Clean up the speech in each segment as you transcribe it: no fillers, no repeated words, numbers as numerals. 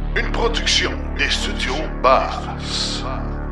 Une production des studios Bass.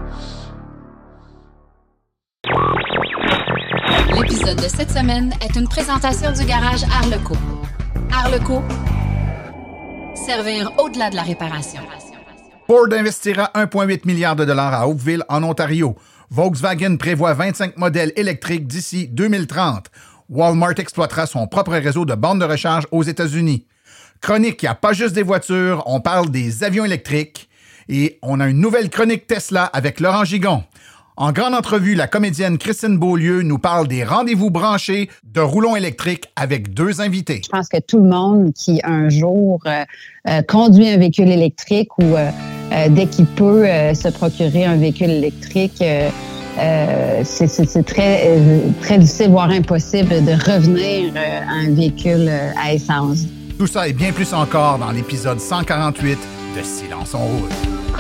L'épisode de cette semaine est une présentation du garage Arleco. Arleco, servir au-delà de la réparation. Ford investira 1,8 milliard de dollars à Oakville, en Ontario. Volkswagen prévoit 25 modèles électriques d'ici 2030. Walmart exploitera son propre réseau de bornes de recharge aux États-Unis. Chronique, il n'y a pas juste des voitures, on parle des avions électriques. Et on a une nouvelle chronique Tesla avec Laurent Gigon. En grande entrevue, la comédienne Christine Beaulieu nous parle des rendez-vous branchés de roulons électriques avec deux invités. Je pense que tout le monde qui, un jour, conduit un véhicule électrique ou dès qu'il peut se procurer un véhicule électrique, c'est très difficile, voire impossible, de revenir à un véhicule à essence. Tout ça et bien plus encore dans l'épisode 148 de Silence on roule.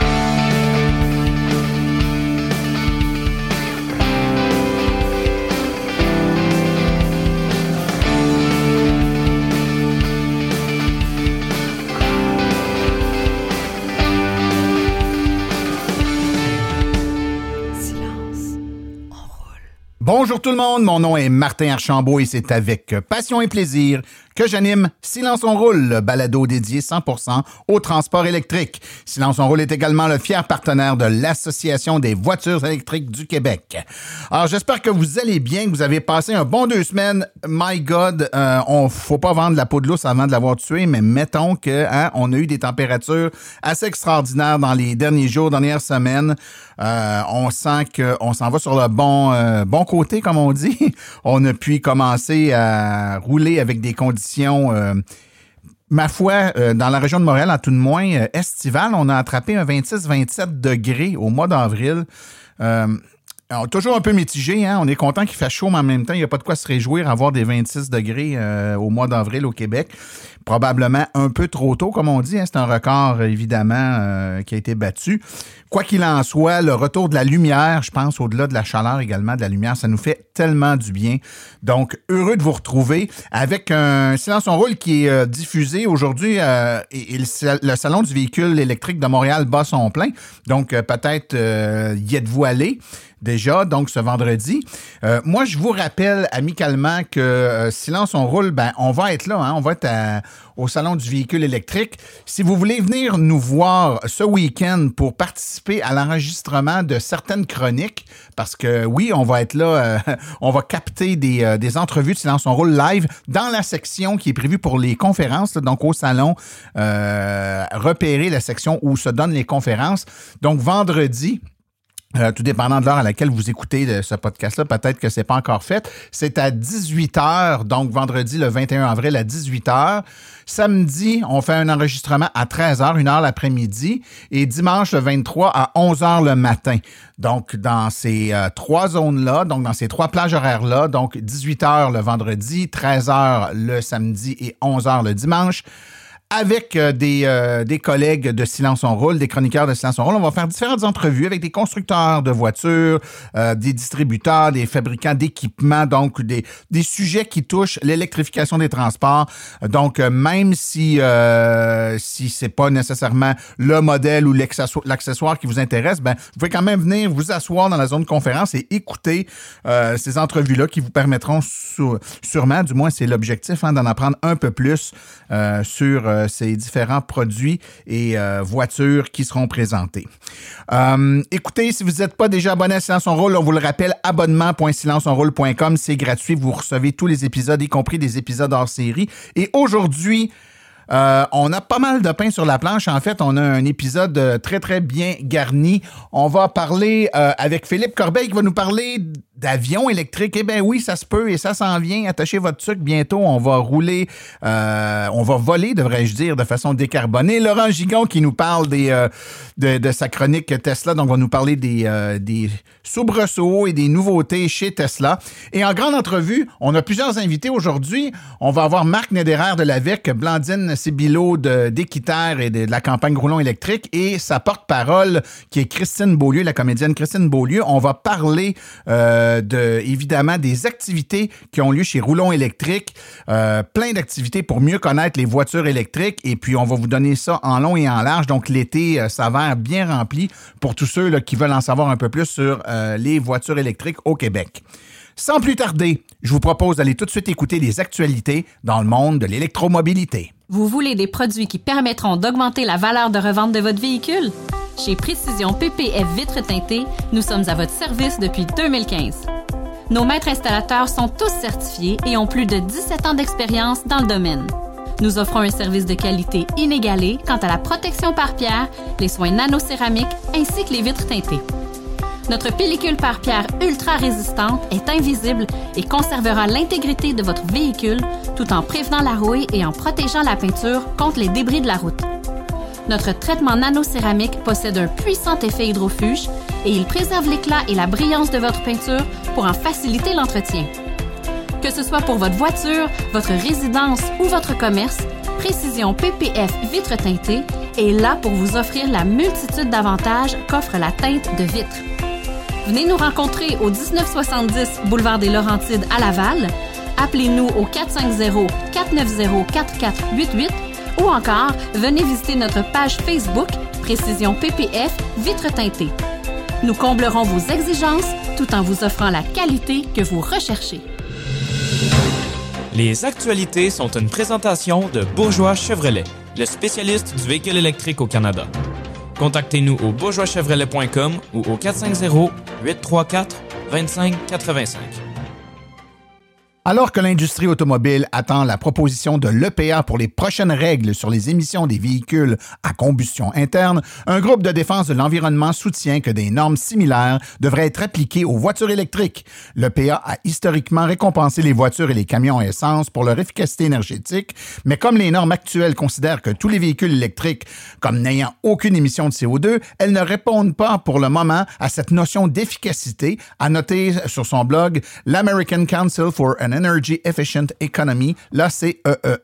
Bonjour tout le monde, mon nom est Martin Archambault et c'est avec passion et plaisir que j'anime Silence on roule, le balado dédié 100% au transport électrique. Silence on roule est également le fier partenaire de l'Association des voitures électriques du Québec. Alors j'espère que vous allez bien, que vous avez passé un bon 2 semaines. My God, faut pas vendre la peau de l'ours avant de l'avoir tué, mais mettons que on a eu des températures assez extraordinaires dans les derniers jours, dernières semaines. On sent qu'on s'en va sur le bon côté, comme on dit. On a pu commencer à rouler avec des conditions, ma foi, dans la région de Montréal, à tout de moins, estivale. On a attrapé un 26-27 degrés au mois d'avril. Alors, toujours un peu mitigé, hein? On est content qu'il fasse chaud, mais en même temps, il n'y a pas de quoi se réjouir à avoir des 26 degrés au mois d'avril au Québec. Probablement un peu trop tôt, comme on dit. Hein? C'est un record, évidemment, qui a été battu. Quoi qu'il en soit, le retour de la lumière, je pense, au-delà de la chaleur également, de la lumière, ça nous fait tellement du bien. Donc, heureux de vous retrouver avec un Silence on roule qui est diffusé aujourd'hui et le Salon du véhicule électrique de Montréal bat son plein. Donc, peut-être y êtes-vous allé déjà, donc ce vendredi. Moi, je vous rappelle amicalement que Silence on roule, on va être là, hein, on va être au Salon du véhicule électrique. Si vous voulez venir nous voir ce week-end pour participer à l'enregistrement de certaines chroniques, parce que oui, on va être là, on va capter des entrevues de Silence on roule live dans la section qui est prévue pour les conférences, donc au salon, repérer la section où se donnent les conférences. Donc vendredi, tout dépendant de l'heure à laquelle vous écoutez ce podcast-là, peut-être que c'est pas encore fait. C'est à 18h, donc vendredi le 21 avril à 18h. Samedi, on fait un enregistrement à 13h, 1h l'après-midi. Et dimanche le 23 à 11h le matin. Donc, dans ces trois zones-là, donc dans ces trois plages horaires-là, donc 18h le vendredi, 13h le samedi et 11h le dimanche. Avec des collègues de Silence on roule, des chroniqueurs de Silence on roule, on va faire différentes entrevues avec des constructeurs de voitures, des distributeurs, des fabricants d'équipements, donc des sujets qui touchent l'électrification des transports. Donc, même si c'est pas nécessairement le modèle ou l'accessoire qui vous intéresse, vous pouvez quand même venir vous asseoir dans la zone de conférence et écouter ces entrevues-là qui vous permettront sûrement, du moins c'est l'objectif, d'en apprendre un peu plus sur ces différents produits et voitures qui seront présentés. Écoutez, si vous n'êtes pas déjà abonné à Silence on roule, on vous le rappelle, abonnement.silenceonroule.com, c'est gratuit, vous recevez tous les épisodes, y compris des épisodes hors série. Et aujourd'hui, on a pas mal de pain sur la planche. En fait, on a un épisode très, très bien garni. On va parler avec Philippe Corbeil qui va nous parler d'avions électriques. Eh bien oui, ça se peut et ça s'en vient. Attachez votre sucre. Bientôt, on va rouler, on va voler, devrais-je dire, de façon décarbonée. Laurent Gigon qui nous parle de sa chronique Tesla. Donc, on va nous parler des soubresauts et des nouveautés chez Tesla. Et en grande entrevue, on a plusieurs invités aujourd'hui. On va avoir Marc Nederer de l'AVEC, Blandine Sébillot d'Équiterre et de la campagne Roulons électrique et sa porte-parole qui est Christine Beaulieu, la comédienne Christine Beaulieu. On va parler évidemment des activités qui ont lieu chez Roulon Électrique, plein d'activités pour mieux connaître les voitures électriques et puis on va vous donner ça en long et en large. Donc l'été s'avère bien rempli pour tous ceux là, qui veulent en savoir un peu plus sur les voitures électriques au Québec. Sans plus tarder, je vous propose d'aller tout de suite écouter les actualités dans le monde de l'électromobilité. Vous voulez des produits qui permettront d'augmenter la valeur de revente de votre véhicule? Chez Précision PPF Vitres teintées, nous sommes à votre service depuis 2015. Nos maîtres installateurs sont tous certifiés et ont plus de 17 ans d'expérience dans le domaine. Nous offrons un service de qualité inégalé quant à la protection par pierre, les soins nanocéramiques ainsi que les vitres teintées. Notre pellicule par pierre ultra résistante est invisible et conservera l'intégrité de votre véhicule tout en prévenant la rouille et en protégeant la peinture contre les débris de la route. Notre traitement nanocéramique possède un puissant effet hydrofuge et il préserve l'éclat et la brillance de votre peinture pour en faciliter l'entretien. Que ce soit pour votre voiture, votre résidence ou votre commerce, Précision PPF Vitres teintées est là pour vous offrir la multitude d'avantages qu'offre la teinte de vitre. Venez nous rencontrer au 1970 boulevard des Laurentides à Laval. Appelez-nous au 450-490-4488 ou encore venez visiter notre page Facebook Précision PPF Vitres teintées. Nous comblerons vos exigences tout en vous offrant la qualité que vous recherchez. Les actualités sont une présentation de Bourgeois Chevrolet, le spécialiste du véhicule électrique au Canada. Contactez-nous au bourgeoischevrolet.com ou au 450-834-2585. Alors que l'industrie automobile attend la proposition de l'EPA pour les prochaines règles sur les émissions des véhicules à combustion interne, un groupe de défense de l'environnement soutient que des normes similaires devraient être appliquées aux voitures électriques. L'EPA a historiquement récompensé les voitures et les camions à essence pour leur efficacité énergétique, mais comme les normes actuelles considèrent que tous les véhicules électriques comme n'ayant aucune émission de CO2, elles ne répondent pas pour le moment à cette notion d'efficacité, a noté sur son blog l'American Council for an Energy Efficient Economy, l'ACEEE.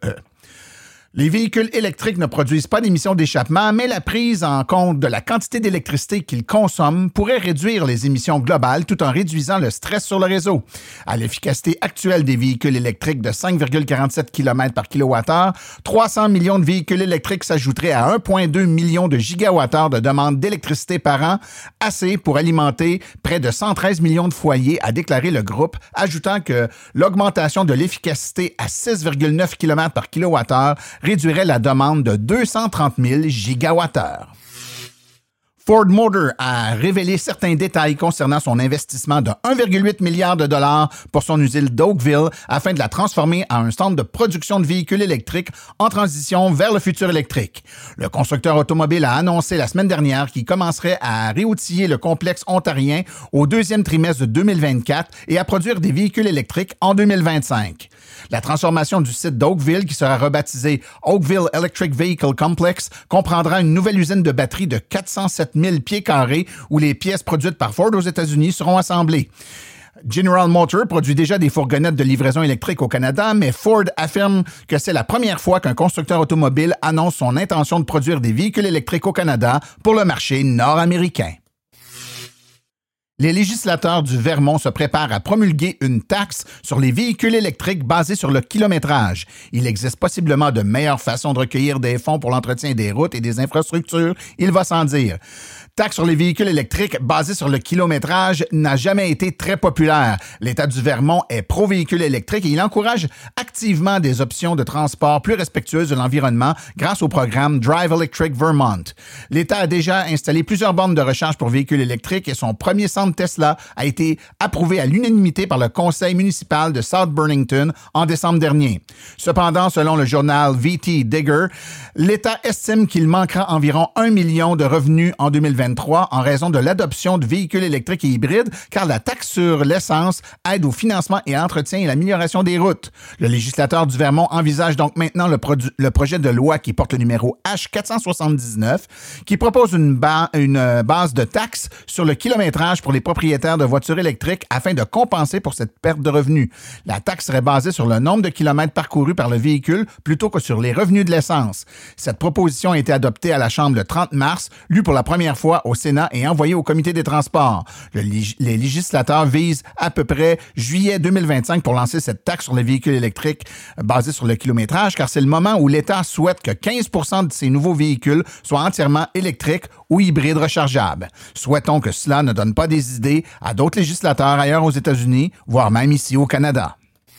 Les véhicules électriques ne produisent pas d'émissions d'échappement, mais la prise en compte de la quantité d'électricité qu'ils consomment pourrait réduire les émissions globales tout en réduisant le stress sur le réseau. À l'efficacité actuelle des véhicules électriques de 5,47 km par kWh, 300 millions de véhicules électriques s'ajouteraient à 1,2 million de gigawattheures de demande d'électricité par an, assez pour alimenter près de 113 millions de foyers, a déclaré le groupe, ajoutant que l'augmentation de l'efficacité à 6,9 km par kWh réduirait la demande de 230 000 gigawattheures. Ford Motor a révélé certains détails concernant son investissement de 1,8 milliard de dollars pour son usine d'Oakville afin de la transformer en un centre de production de véhicules électriques en transition vers le futur électrique. Le constructeur automobile a annoncé la semaine dernière qu'il commencerait à réoutiller le complexe ontarien au deuxième trimestre de 2024 et à produire des véhicules électriques en 2025. La transformation du site d'Oakville, qui sera rebaptisé Oakville Electric Vehicle Complex, comprendra une nouvelle usine de batterie de 407 000 pieds carrés où les pièces produites par Ford aux États-Unis seront assemblées. General Motors produit déjà des fourgonnettes de livraison électrique au Canada, mais Ford affirme que c'est la première fois qu'un constructeur automobile annonce son intention de produire des véhicules électriques au Canada pour le marché nord-américain. Les législateurs du Vermont se préparent à promulguer une taxe sur les véhicules électriques basée sur le kilométrage. Il existe possiblement de meilleures façons de recueillir des fonds pour l'entretien des routes et des infrastructures, il va sans dire. Taxe sur les véhicules électriques basée sur le kilométrage n'a jamais été très populaire. L'État du Vermont est pro-véhicule électrique et il encourage activement des options de transport plus respectueuses de l'environnement grâce au programme Drive Electric Vermont. L'État a déjà installé plusieurs bornes de recharge pour véhicules électriques et son premier centre Tesla a été approuvé à l'unanimité par le conseil municipal de South Burlington en décembre dernier. Cependant, selon le journal VT Digger, l'État estime qu'il manquera environ 1 million de revenus en 2023 en raison de l'adoption de véhicules électriques et hybrides, car la taxe sur l'essence aide au financement et à l'entretien et l'amélioration des routes. Le législateur du Vermont envisage donc maintenant le projet de loi qui porte le numéro H479, qui propose une base de taxe sur le kilométrage pour pour les propriétaires de voitures électriques afin de compenser pour cette perte de revenus. La taxe serait basée sur le nombre de kilomètres parcourus par le véhicule plutôt que sur les revenus de l'essence. Cette proposition a été adoptée à la Chambre le 30 mars, lue pour la première fois au Sénat et envoyée au Comité des transports. Les législateurs visent à peu près juillet 2025 pour lancer cette taxe sur les véhicules électriques basée sur le kilométrage, car c'est le moment où l'État souhaite que 15% de ces nouveaux véhicules soient entièrement électriques ou hybrides rechargeables. Souhaitons que cela ne donne pas des idées à d'autres législateurs ailleurs aux États-Unis, voire même ici au Canada.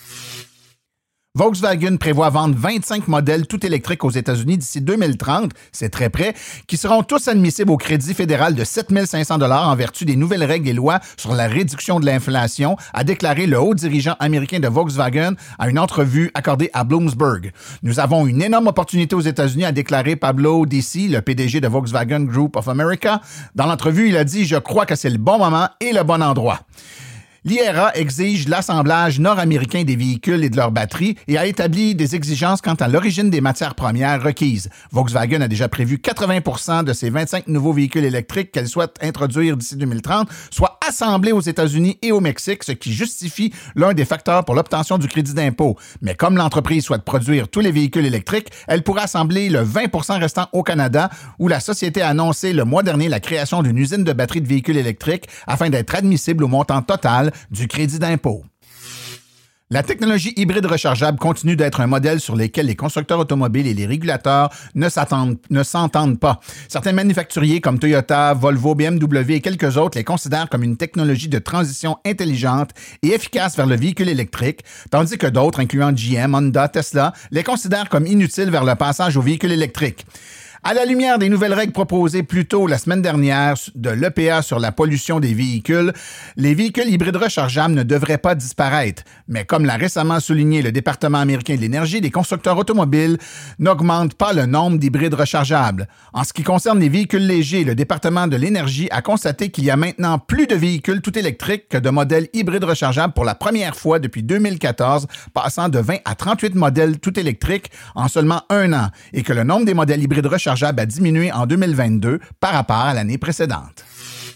Volkswagen prévoit vendre 25 modèles tout électriques aux États-Unis d'ici 2030, c'est très près, qui seront tous admissibles au crédit fédéral de 7 500 $ en vertu des nouvelles règles et lois sur la réduction de l'inflation, a déclaré le haut dirigeant américain de Volkswagen à une entrevue accordée à Bloomberg. Nous avons une énorme opportunité aux États-Unis, a déclaré Pablo Deci, le PDG de Volkswagen Group of America. Dans l'entrevue, il a dit « Je crois que c'est le bon moment et le bon endroit ». L'IRA exige l'assemblage nord-américain des véhicules et de leurs batteries et a établi des exigences quant à l'origine des matières premières requises. Volkswagen a déjà prévu 80% de ses 25 nouveaux véhicules électriques qu'elle souhaite introduire d'ici 2030 soient assemblés aux États-Unis et au Mexique, ce qui justifie l'un des facteurs pour l'obtention du crédit d'impôt. Mais comme l'entreprise souhaite produire tous les véhicules électriques, elle pourra assembler le 20% restant au Canada, où la société a annoncé le mois dernier la création d'une usine de batteries de véhicules électriques afin d'être admissible au montant total du crédit d'impôt. La technologie hybride rechargeable continue d'être un modèle sur lequel les constructeurs automobiles et les régulateurs ne s'entendent pas. Certains manufacturiers comme Toyota, Volvo, BMW et quelques autres les considèrent comme une technologie de transition intelligente et efficace vers le véhicule électrique, tandis que d'autres, incluant GM, Honda, Tesla, les considèrent comme inutiles vers le passage au véhicule électrique. À la lumière des nouvelles règles proposées plus tôt la semaine dernière de l'EPA sur la pollution des véhicules, les véhicules hybrides rechargeables ne devraient pas disparaître. Mais comme l'a récemment souligné le département américain de l'énergie, les constructeurs automobiles n'augmentent pas le nombre d'hybrides rechargeables. En ce qui concerne les véhicules légers, le département de l'énergie a constaté qu'il y a maintenant plus de véhicules tout électriques que de modèles hybrides rechargeables pour la première fois depuis 2014, passant de 20 à 38 modèles tout électriques en seulement un an, et que le nombre des modèles hybrides rechargeables a diminué en 2022 par rapport à l'année précédente.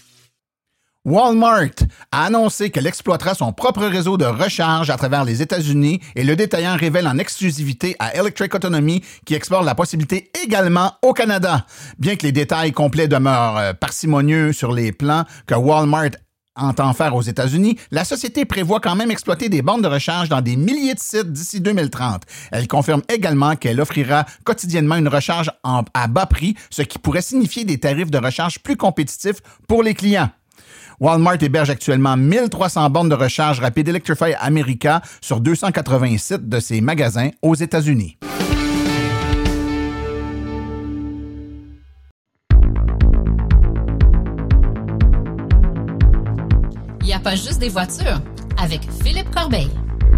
Walmart a annoncé qu'elle exploitera son propre réseau de recharge à travers les États-Unis et le détaillant révèle en exclusivité à Electric Autonomy qui explore la possibilité également au Canada. Bien que les détails complets demeurent parcimonieux sur les plans que Walmart entend faire aux États-Unis, la société prévoit quand même exploiter des bornes de recharge dans des milliers de sites d'ici 2030. Elle confirme également qu'elle offrira quotidiennement une recharge à bas prix, ce qui pourrait signifier des tarifs de recharge plus compétitifs pour les clients. Walmart héberge actuellement 1300 bornes de recharge rapide Electrify America sur 280 sites de ses magasins aux États-Unis. Il n'y a pas juste des voitures avec Philippe Corbeil.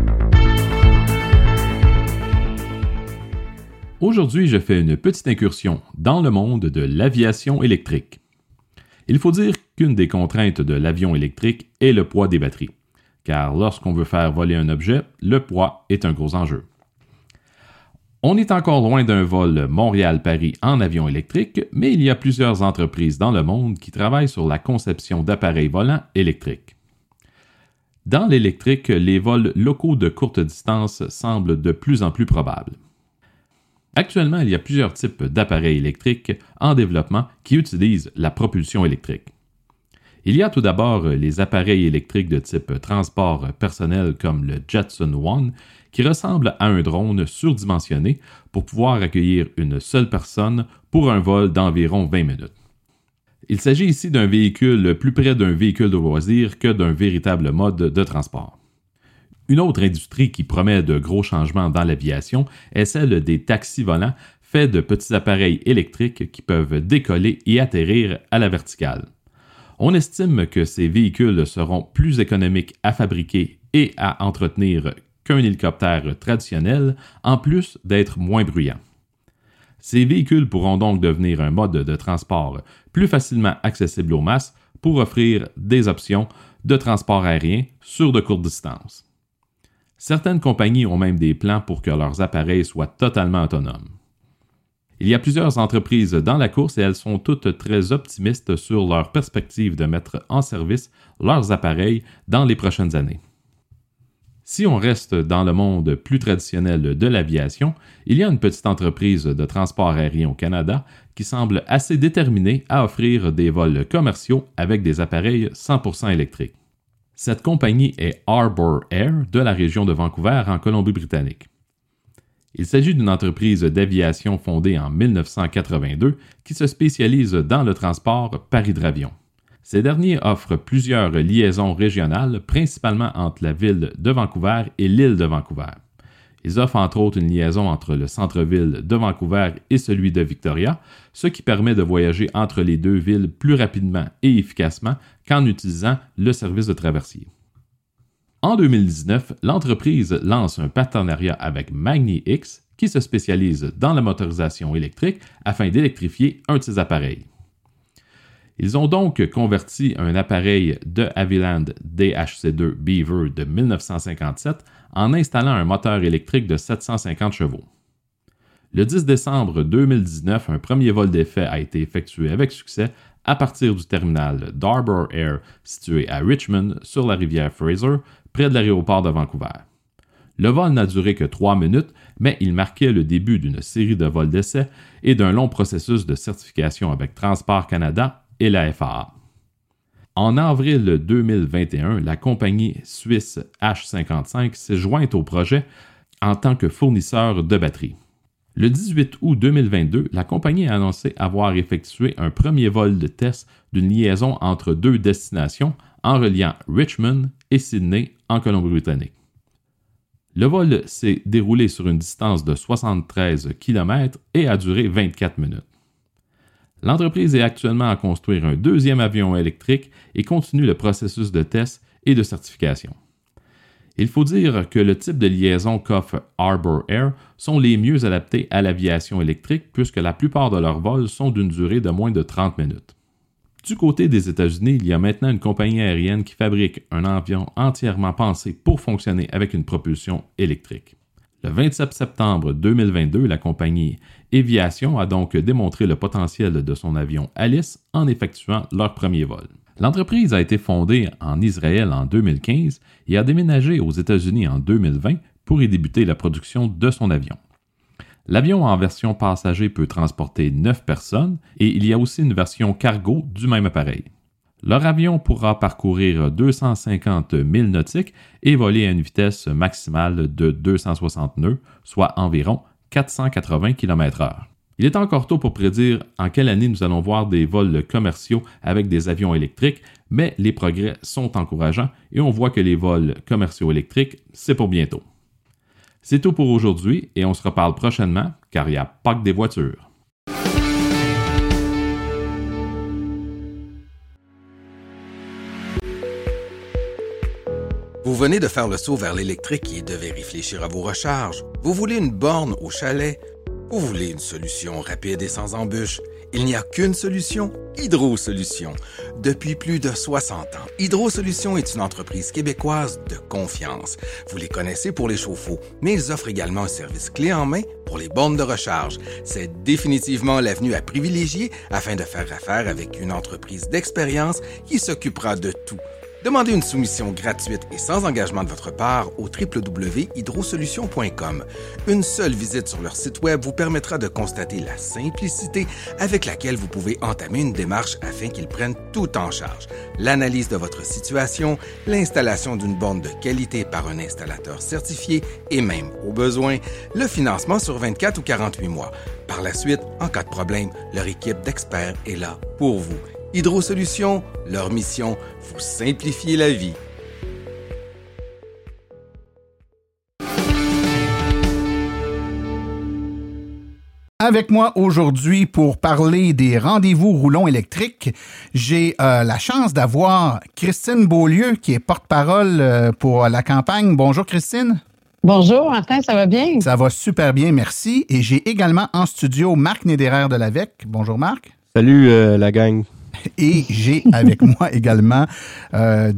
Aujourd'hui, je fais une petite incursion dans le monde de l'aviation électrique. Il faut dire qu'une des contraintes de l'avion électrique est le poids des batteries, car lorsqu'on veut faire voler un objet, le poids est un gros enjeu. On est encore loin d'un vol Montréal-Paris en avion électrique, mais il y a plusieurs entreprises dans le monde qui travaillent sur la conception d'appareils volants électriques. Dans l'électrique, les vols locaux de courte distance semblent de plus en plus probables. Actuellement, il y a plusieurs types d'appareils électriques en développement qui utilisent la propulsion électrique. Il y a tout d'abord les appareils électriques de type transport personnel comme le Jetson One, qui ressemble à un drone surdimensionné pour pouvoir accueillir une seule personne pour un vol d'environ 20 minutes. Il s'agit ici d'un véhicule plus près d'un véhicule de loisir que d'un véritable mode de transport. Une autre industrie qui promet de gros changements dans l'aviation est celle des taxis volants faits de petits appareils électriques qui peuvent décoller et atterrir à la verticale. On estime que ces véhicules seront plus économiques à fabriquer et à entretenir qu'un hélicoptère traditionnel, en plus d'être moins bruyants. Ces véhicules pourront donc devenir un mode de transport plus facilement accessible aux masses pour offrir des options de transport aérien sur de courtes distances. Certaines compagnies ont même des plans pour que leurs appareils soient totalement autonomes. Il y a plusieurs entreprises dans la course et elles sont toutes très optimistes sur leur perspective de mettre en service leurs appareils dans les prochaines années. Si on reste dans le monde plus traditionnel de l'aviation, il y a une petite entreprise de transport aérien au Canada qui semble assez déterminée à offrir des vols commerciaux avec des appareils 100% électriques. Cette compagnie est Harbour Air de la région de Vancouver en Colombie-Britannique. Il s'agit d'une entreprise d'aviation fondée en 1982 qui se spécialise dans le transport par hydravion. Ces derniers offrent plusieurs liaisons régionales, principalement entre la ville de Vancouver et l'île de Vancouver. Ils offrent entre autres une liaison entre le centre-ville de Vancouver et celui de Victoria, ce qui permet de voyager entre les deux villes plus rapidement et efficacement qu'en utilisant le service de traversier. En 2019, l'entreprise lance un partenariat avec Magni-X qui se spécialise dans la motorisation électrique afin d'électrifier un de ses appareils. Ils ont donc converti un appareil de Havilland DHC2 Beaver de 1957 en installant un moteur électrique de 750 chevaux. Le 10 décembre 2019, un premier vol d'essai a été effectué avec succès à partir du terminal d'Harbour Air situé à Richmond sur la rivière Fraser, près de l'aéroport de Vancouver. Le vol n'a duré que 3 minutes, mais il marquait le début d'une série de vols d'essai et d'un long processus de certification avec Transport Canada et la FAA. En avril 2021, la compagnie suisse H55 s'est jointe au projet en tant que fournisseur de batteries. Le 18 août 2022, la compagnie a annoncé avoir effectué un premier vol de test d'une liaison entre deux destinations en reliant Richmond et Sydney en Colombie-Britannique. Le vol s'est déroulé sur une distance de 73 km et a duré 24 minutes. L'entreprise est actuellement à construire un deuxième avion électrique et continue le processus de test et de certification. Il faut dire que le type de liaison qu'offre Harbour Air sont les mieux adaptés à l'aviation électrique puisque la plupart de leurs vols sont d'une durée de moins de 30 minutes. Du côté des États-Unis, il y a maintenant une compagnie aérienne qui fabrique un avion entièrement pensé pour fonctionner avec une propulsion électrique. Le 27 septembre 2022, la compagnie Eviation a donc démontré le potentiel de son avion Alice en effectuant leur premier vol. L'entreprise a été fondée en Israël en 2015 et a déménagé aux États-Unis en 2020 pour y débuter la production de son avion. L'avion en version passager peut transporter 9 personnes et il y a aussi une version cargo du même appareil. Leur avion pourra parcourir 250 milles nautiques et voler à une vitesse maximale de 260 nœuds, soit environ 480 km/h. Il est encore tôt pour prédire en quelle année nous allons voir des vols commerciaux avec des avions électriques, mais les progrès sont encourageants et on voit que les vols commerciaux électriques, c'est pour bientôt. C'est tout pour aujourd'hui et on se reparle prochainement car il n'y a pas que des voitures. Vous venez de faire le saut vers l'électrique et devez réfléchir à vos recharges. Vous voulez une borne au chalet? Vous voulez une solution rapide et sans embûches? Il n'y a qu'une solution, Hydro Solutions. Depuis plus de 60 ans, Hydro Solutions est une entreprise québécoise de confiance. Vous les connaissez pour les chauffe-eau, mais ils offrent également un service clé en main pour les bornes de recharge. C'est définitivement l'avenue à privilégier afin de faire affaire avec une entreprise d'expérience qui s'occupera de tout. Demandez une soumission gratuite et sans engagement de votre part au www.hydrosolutions.com. Une seule visite sur leur site web vous permettra de constater la simplicité avec laquelle vous pouvez entamer une démarche afin qu'ils prennent tout en charge. L'analyse de votre situation, l'installation d'une borne de qualité par un installateur certifié et même, au besoin, le financement sur 24 ou 48 mois. Par la suite, en cas de problème, leur équipe d'experts est là pour vous. Hydro Solutions, leur mission, vous simplifier la vie. Avec moi aujourd'hui pour parler des rendez-vous roulants électriques, j'ai la chance d'avoir Christine Beaulieu qui est porte-parole pour la campagne. Bonjour Christine. Bonjour Martin, ça va bien? Ça va super bien, merci. Et j'ai également en studio Marc Nédéraire de l'AVEC. Bonjour Marc. Salut la gang. Et j'ai avec moi également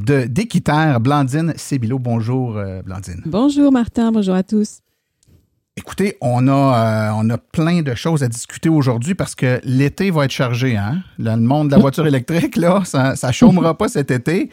d'Équiterre, Blandine Sébilo. Bonjour Blandine. Bonjour Martin, bonjour à tous. Écoutez, on a plein de choses à discuter aujourd'hui parce que l'été va être chargé, hein? Le monde de la voiture électrique, là, ça chômera pas cet été.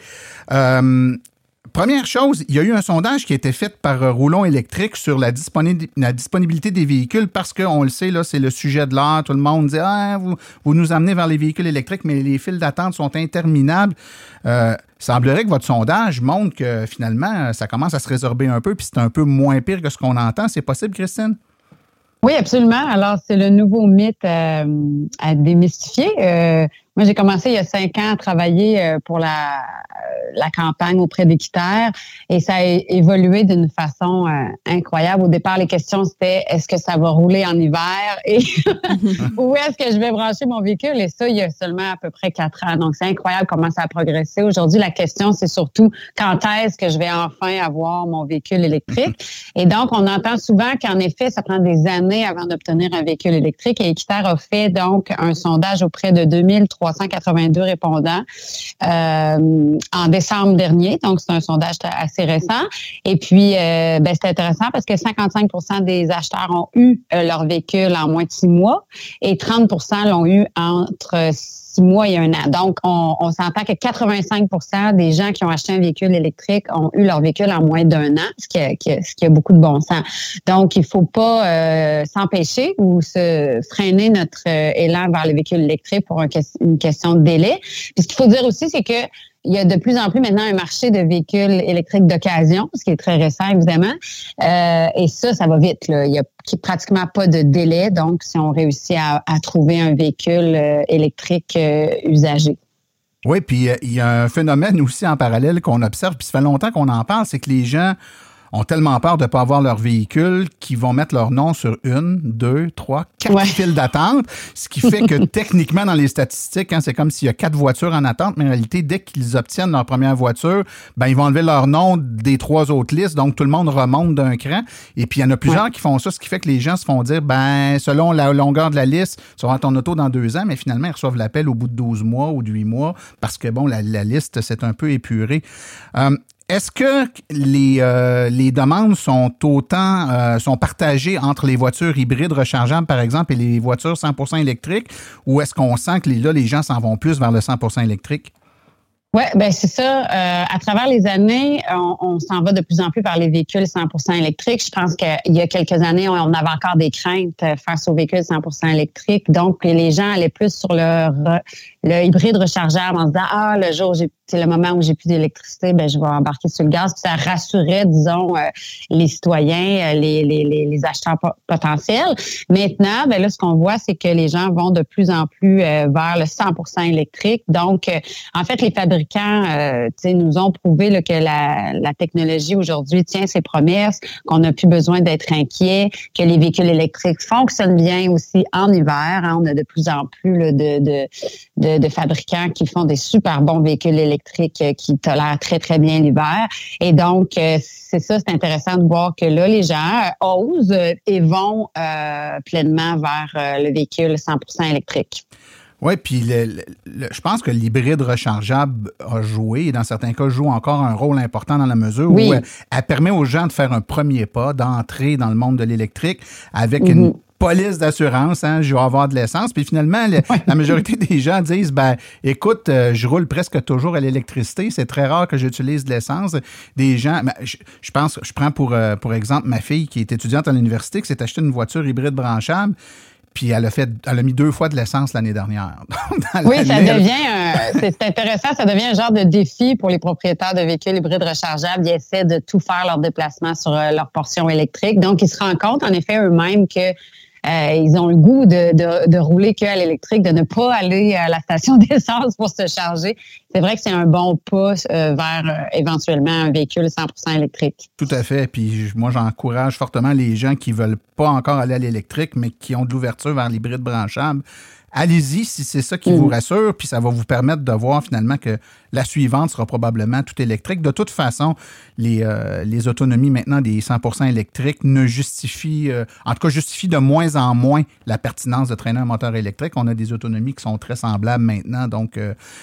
Première chose, il y a eu un sondage qui a été fait par Roulon Électrique sur la disponibilité des véhicules parce qu'on le sait, là, c'est le sujet de l'heure. Tout le monde dit vous nous amenez vers les véhicules électriques, mais les files d'attente sont interminables. Semblerait que votre sondage montre que finalement, ça commence à se résorber un peu puis c'est un peu moins pire que ce qu'on entend. C'est possible, Christine? Oui, absolument. Alors, c'est le nouveau mythe à démystifier. Moi, j'ai commencé il y a 5 ans à travailler pour la campagne auprès d'Équiterre et ça a évolué d'une façon incroyable. Au départ, les questions, c'était est-ce que ça va rouler en hiver et où est-ce que je vais brancher mon véhicule? Et ça, il y a seulement à peu près 4 ans. Donc, c'est incroyable comment ça a progressé. Aujourd'hui, la question, c'est surtout quand est-ce que je vais enfin avoir mon véhicule électrique? Et donc, on entend souvent qu'en effet, ça prend des années avant d'obtenir un véhicule électrique. Et Équiterre a fait donc un sondage auprès de 2382 répondants en décembre dernier. Donc, c'est un sondage assez récent. Et puis, c'est intéressant parce que 55% des acheteurs ont eu leur véhicule en moins de 6 mois et 30% l'ont eu entre 6 mois et 1 an. Donc, on s'entend que 85% des gens qui ont acheté un véhicule électrique ont eu leur véhicule en moins d'1 an, ce qui a beaucoup de bon sens. Donc, il faut pas s'empêcher ou se freiner notre élan vers le véhicule électrique pour une question de délai. Puis, ce qu'il faut dire aussi, c'est que il y a de plus en plus maintenant un marché de véhicules électriques d'occasion, ce qui est très récent, évidemment. Et ça va vite, là. Il y a pratiquement pas de délai. Donc, si on réussit à trouver un véhicule électrique usagé. Oui, puis il y a un phénomène aussi en parallèle qu'on observe, puis ça fait longtemps qu'on en parle, c'est que les gens ont tellement peur de ne pas avoir leur véhicule qu'ils vont mettre leur nom sur 1, 2, 3, 4 files d'attente, ce qui fait que techniquement, dans les statistiques, c'est comme s'il y a 4 voitures en attente, mais en réalité, dès qu'ils obtiennent leur première voiture, ils vont enlever leur nom des 3 autres listes, donc tout le monde remonte d'un cran. Et puis, il y en a plusieurs qui font ça, ce qui fait que les gens se font dire, selon la longueur de la liste, tu vas avoir ton auto dans 2 ans, mais finalement, ils reçoivent l'appel au bout de 12 mois ou de 8 mois parce que, la liste s'est un peu épurée. Est-ce que les demandes sont sont partagées entre les voitures hybrides rechargeables, par exemple, et les voitures 100% électriques, ou est-ce qu'on sent que les gens s'en vont plus vers le 100% électrique? Oui, c'est ça. À travers les années, on s'en va de plus en plus vers les véhicules 100% électriques. Je pense qu'il y a quelques années, on avait encore des craintes face aux véhicules 100% électriques. Donc, les gens allaient plus sur le hybride rechargeable en se disant, c'est le moment où j'ai plus d'électricité, je vais embarquer sur le gaz. Puis ça rassurait, disons, les citoyens, les acheteurs potentiels. Maintenant, là, ce qu'on voit, c'est que les gens vont de plus en plus vers le 100% électrique. Donc, en fait, les fabricants nous ont prouvé là, que la technologie aujourd'hui tient ses promesses, qu'on n'a plus besoin d'être inquiet, que les véhicules électriques fonctionnent bien aussi en hiver. On a de plus en plus là, de fabricants qui font des super bons véhicules électriques qui tolèrent très, très bien l'hiver. Et donc, c'est intéressant de voir que là, les gens osent et vont pleinement vers le véhicule 100% électrique. Oui, puis je pense que l'hybride rechargeable a joué, et dans certains cas, joue encore un rôle important dans la mesure où elle permet aux gens de faire un premier pas, d'entrer dans le monde de l'électrique avec une police d'assurance, je vais avoir de l'essence. Puis finalement, la majorité des gens disent, écoute, je roule presque toujours à l'électricité. C'est très rare que j'utilise de l'essence. Des gens, je prends pour exemple ma fille qui est étudiante à l'université, qui s'est acheté une voiture hybride branchable. Puis elle a mis 2 fois de l'essence l'année dernière. Oui, ça devient c'est intéressant, ça devient un genre de défi pour les propriétaires de véhicules hybrides rechargeables. Ils essaient de tout faire leur déplacement sur leur portion électrique. Donc, ils se rendent compte, en effet, eux-mêmes que ils ont le goût de rouler qu'à l'électrique, de ne pas aller à la station d'essence pour se charger. C'est vrai que c'est un bon pas vers éventuellement un véhicule 100% électrique. Tout à fait. Puis moi, j'encourage fortement les gens qui veulent pas encore aller à l'électrique, mais qui ont de l'ouverture vers l'hybride branchable. Allez-y si c'est ça qui vous rassure, puis ça va vous permettre de voir finalement que la suivante sera probablement tout électrique. De toute façon, les autonomies maintenant des 100% électriques ne justifient de moins en moins la pertinence de traîner un moteur électrique. On a des autonomies qui sont très semblables maintenant, donc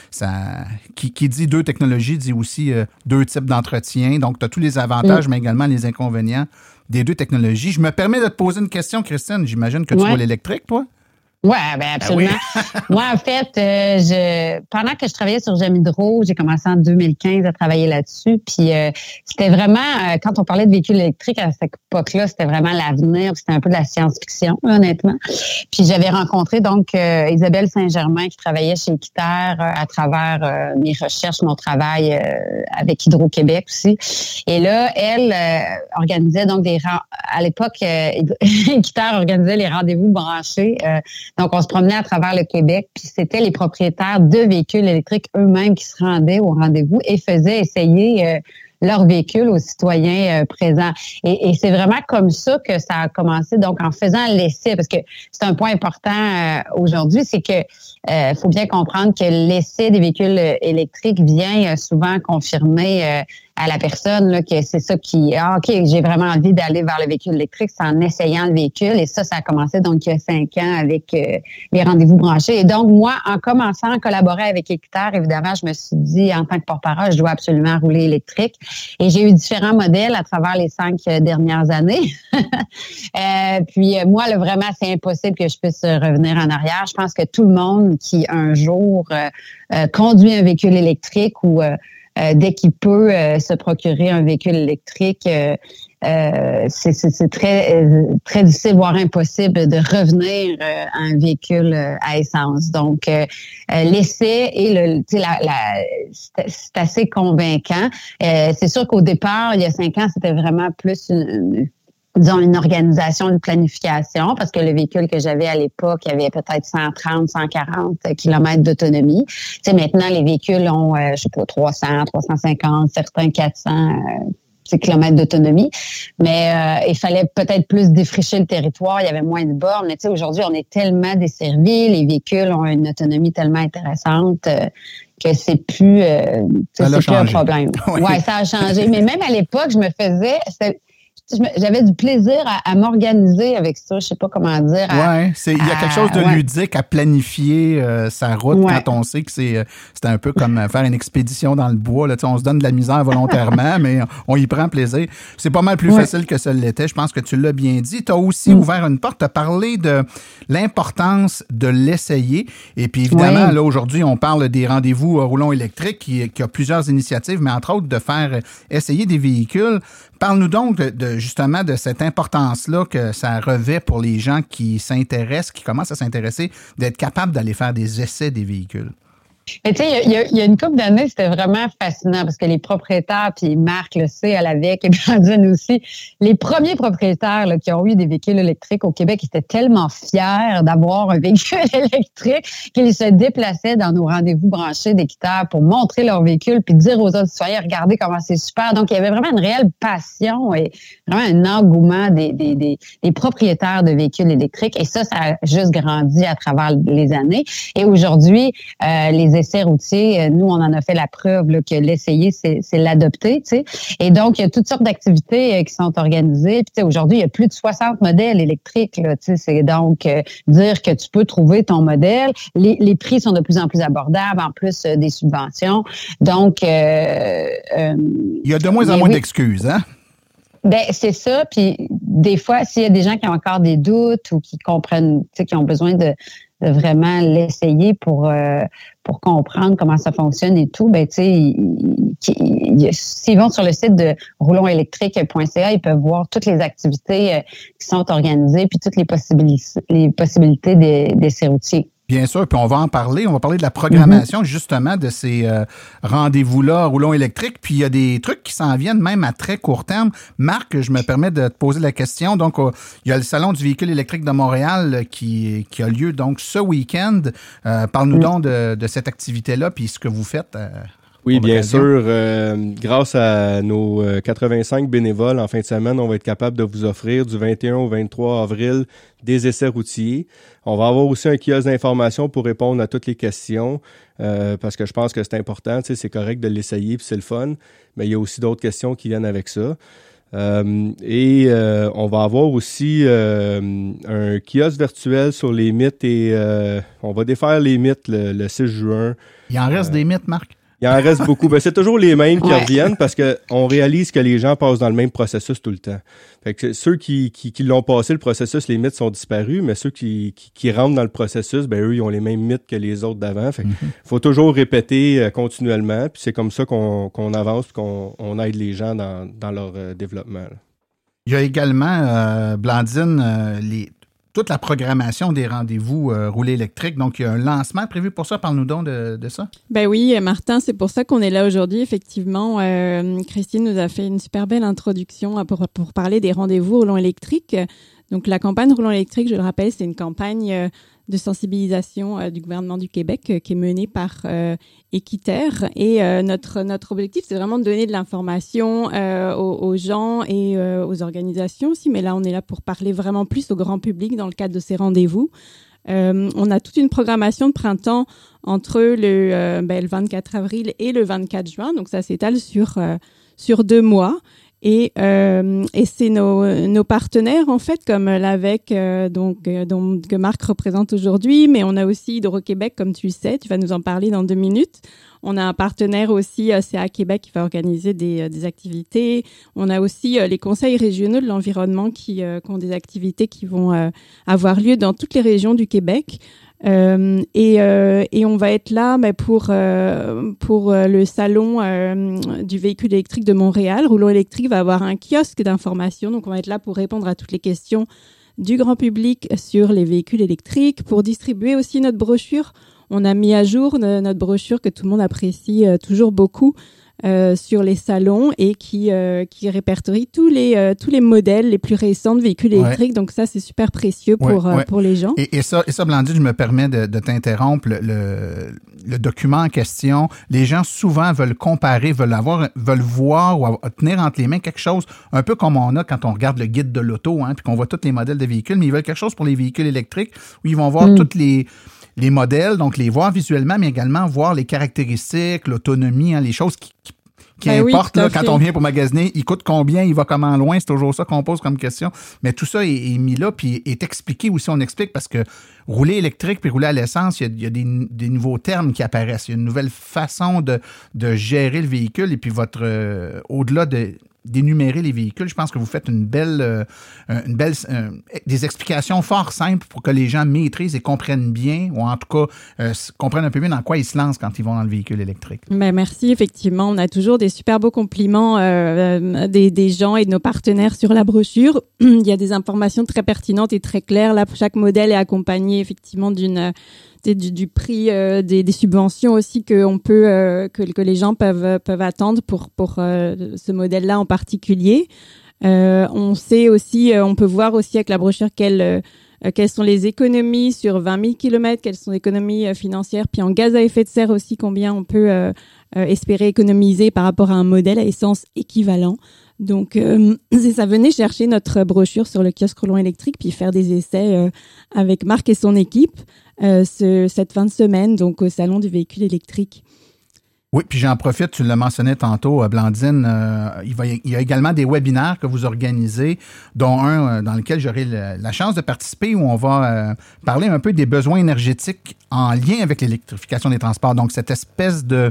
qui dit 2 technologies dit aussi 2 types d'entretien. Donc, tu as tous les avantages, mais également les inconvénients des deux technologies. Je me permets de te poser une question, Christine. J'imagine que tu roules l'électrique, toi? Oui, ben absolument. Moi, en fait, pendant que je travaillais sur Gemidro, j'ai commencé en 2015 à travailler là-dessus. Puis c'était vraiment, quand on parlait de véhicules électriques à cette époque-là, c'était vraiment l'avenir. C'était un peu de la science-fiction, honnêtement. Puis j'avais rencontré donc Isabelle Saint-Germain qui travaillait chez Équiterre à travers mes recherches, mon travail avec Hydro-Québec aussi. Et là, elle organisait donc à l'époque, Équiterre organisait les rendez-vous branchés. Donc, on se promenait à travers le Québec, puis c'était les propriétaires de véhicules électriques eux-mêmes qui se rendaient au rendez-vous et faisaient essayer leur véhicule aux citoyens présents. Et c'est vraiment comme ça que ça a commencé, donc en faisant l'essai, parce que c'est un point important aujourd'hui, c'est que faut bien comprendre que l'essai des véhicules électriques vient souvent confirmer à la personne là, que c'est ça qui... Ah, OK, j'ai vraiment envie d'aller vers le véhicule électrique, c'est en essayant le véhicule. Et ça a commencé donc il y a 5 ans avec les rendez-vous branchés. Et donc, moi, en commençant à collaborer avec Équiterre, évidemment, je me suis dit, en tant que porte-parole, je dois absolument rouler électrique. Et j'ai eu différents modèles à travers les 5 dernières années. Puis moi, là, vraiment, c'est impossible que je puisse revenir en arrière. Je pense que tout le monde qui, un jour, conduit un véhicule électrique ou dès qu'il peut se procurer un véhicule électrique, c'est très difficile, voire impossible de revenir à un véhicule à essence. Donc, l'essai et c'est assez convaincant. C'est sûr qu'au départ, il y a 5 ans, c'était vraiment plus une organisation, une planification, parce que le véhicule que j'avais à l'époque, il y avait peut-être 130, 140 kilomètres d'autonomie. Tu sais, maintenant, les véhicules ont, 300, 350, certains 400 kilomètres d'autonomie. Mais il fallait peut-être plus défricher le territoire, il y avait moins de bornes. Mais tu sais, aujourd'hui, on est tellement desservis, les véhicules ont une autonomie tellement intéressante que c'est plus, c'est plus un problème. Oui, ça a changé. Mais même à l'époque, je me faisais... J'avais du plaisir à m'organiser avec ça. Je sais pas comment dire. Il y a quelque chose de ludique à planifier sa route quand on sait que c'est un peu comme faire une expédition dans le bois. Là, on se donne de la misère volontairement, mais on y prend plaisir. C'est pas mal plus facile que ça l'était. Je pense que tu l'as bien dit. Tu as aussi ouvert une porte. Tu as parlé de l'importance de l'essayer. Et puis évidemment, là, aujourd'hui, on parle des rendez-vous roulants électriques qui a plusieurs initiatives, mais entre autres de faire essayer des véhicules. Parle-nous donc justement de cette importance-là que ça revêt pour les gens qui s'intéressent, qui commencent à s'intéresser, d'être capables d'aller faire des essais des véhicules. Mais tu sais, il y a une couple d'années, c'était vraiment fascinant parce que les propriétaires, puis Marc le sait, à l'AVEC et Brandon aussi, les premiers propriétaires là, qui ont eu des véhicules électriques au Québec étaient tellement fiers d'avoir un véhicule électrique qu'ils se déplaçaient dans nos rendez-vous branchés d'Équiterre pour montrer leur véhicule puis dire aux autres citoyens, regardez comment c'est super. Donc, il y avait vraiment une réelle passion et vraiment un engouement des propriétaires de véhicules électriques. Et ça a juste grandi à travers les années. Et aujourd'hui, les essais routiers, nous, on en a fait la preuve là, que l'essayer, c'est l'adopter, tu sais. Et donc, il y a toutes sortes d'activités qui sont organisées. Puis, tu sais, aujourd'hui, il y a plus de 60 modèles électriques, là, tu sais. C'est donc dire que tu peux trouver ton modèle. Les prix sont de plus en plus abordables, en plus des subventions. Donc, il y a de moins en moins d'excuses, hein? Ben c'est ça. Puis des fois, s'il y a des gens qui ont encore des doutes ou qui comprennent, tu sais, qui ont besoin de vraiment l'essayer pour comprendre comment ça fonctionne et tout, ben tu sais, s'ils vont sur le site de roulonsélectrique.ca, ils peuvent voir toutes les activités qui sont organisées puis toutes les possibilités d'essais routiers. Bien sûr, puis on va en parler. On va parler de la programmation, justement, de ces rendez-vous-là, roulons électriques. Puis il y a des trucs qui s'en viennent même à très court terme. Marc, je me permets de te poser la question. Donc, il y a le Salon du véhicule électrique de Montréal qui a lieu donc ce week-end. Parle-nous donc de cette activité-là, puis ce que vous faites. Oui, bien sûr. Grâce à nos 85 bénévoles, en fin de semaine, on va être capable de vous offrir du 21 au 23 avril des essais routiers. On va avoir aussi un kiosque d'information pour répondre à toutes les questions, parce que je pense que c'est important. Tu sais, c'est correct de l'essayer, puis c'est le fun, mais il y a aussi d'autres questions qui viennent avec ça. On va avoir aussi un kiosque virtuel sur les mythes et on va défaire les mythes le 6 juin. Il en reste des mythes, Marc? Il en reste beaucoup. Ben, c'est toujours les mêmes qui Ouais. reviennent parce qu'on réalise que les gens passent dans le même processus tout le temps. Fait que ceux qui l'ont passé, le processus, les mythes sont disparus, mais ceux qui rentrent dans le processus, ben eux, ils ont les mêmes mythes que les autres d'avant. Fait que faut toujours répéter continuellement, puis c'est comme ça qu'on avance, puis qu'on aide les gens dans leur développement. Là. Il y a également, Blandine, toute la programmation des rendez-vous roulés électriques. Donc, il y a un lancement prévu pour ça. Parle-nous donc de ça. Ben oui, Martin, c'est pour ça qu'on est là aujourd'hui. Effectivement, Christine nous a fait une super belle introduction pour parler des rendez-vous roulants électriques. Donc, la campagne Roulons électriques, je le rappelle, c'est une campagne de sensibilisation du gouvernement du Québec qui est menée par Équiterre. Et notre objectif, c'est vraiment de donner de l'information aux gens et aux organisations aussi. Mais là, on est là pour parler vraiment plus au grand public dans le cadre de ces rendez-vous. On a toute une programmation de printemps entre le 24 avril et le 24 juin. Donc, ça s'étale sur 2 mois. Et c'est nos partenaires en fait comme l'AVEC que Marc représente aujourd'hui, mais on a aussi Hydro-Québec comme tu le sais, tu vas nous en parler dans 2 minutes. On a un partenaire aussi, CA Québec, qui va organiser des activités. On a aussi les conseils régionaux de l'environnement qui ont des activités qui vont avoir lieu dans toutes les régions du Québec. Et on va être là pour le salon du véhicule électrique de Montréal. Rouleau électrique va avoir un kiosque d'information, donc on va être là pour répondre à toutes les questions du grand public sur les véhicules électriques, pour distribuer aussi notre brochure. On a mis à jour notre brochure que tout le monde apprécie toujours beaucoup sur les salons et qui répertorie tous les modèles les plus récents de véhicules électriques. Donc ça, c'est super précieux pour les gens. Et ça, Blandine, je me permets de t'interrompre. Le document en question, les gens souvent veulent comparer, veulent voir ou tenir entre les mains quelque chose, un peu comme on a quand on regarde le guide de l'auto, puis qu'on voit tous les modèles de véhicules, mais ils veulent quelque chose pour les véhicules électriques où ils vont voir toutes les modèles, donc les voir visuellement, mais également voir les caractéristiques, l'autonomie, les choses qui importent là, quand on vient pour magasiner. Il coûte combien, il va comment loin, c'est toujours ça qu'on pose comme question. Mais tout ça est mis là, puis est expliqué aussi, on explique, parce que rouler électrique puis rouler à l'essence, il y a des nouveaux termes qui apparaissent. Il y a une nouvelle façon de gérer le véhicule, et puis au-delà d'énumérer les véhicules, je pense que vous faites des explications fort simples pour que les gens maîtrisent et comprennent bien, ou en tout cas comprennent un peu mieux dans quoi ils se lancent quand ils vont dans le véhicule électrique. Ben merci, effectivement. On a toujours des super beaux compliments des gens et de nos partenaires sur la brochure. Il y a des informations très pertinentes et très claires. Là, chaque modèle est accompagné effectivement du prix des subventions aussi que les gens peuvent attendre pour ce modèle-là en particulier. On sait aussi, on peut voir aussi avec la brochure quelles sont les économies sur 20 000 km, quelles sont les économies financières, puis en gaz à effet de serre aussi, combien on peut espérer économiser par rapport à un modèle à essence équivalent. Donc, ça, venez chercher notre brochure sur le kiosque Roulon électrique, puis faire des essais avec Marc et son équipe cette fin de semaine, donc au Salon du véhicule électrique. Oui, puis j'en profite, tu l'as mentionné tantôt, Blandine, il y a également des webinaires que vous organisez, dont un dans lequel j'aurai la chance de participer, où on va parler un peu des besoins énergétiques en lien avec l'électrification des transports. Donc, cette espèce de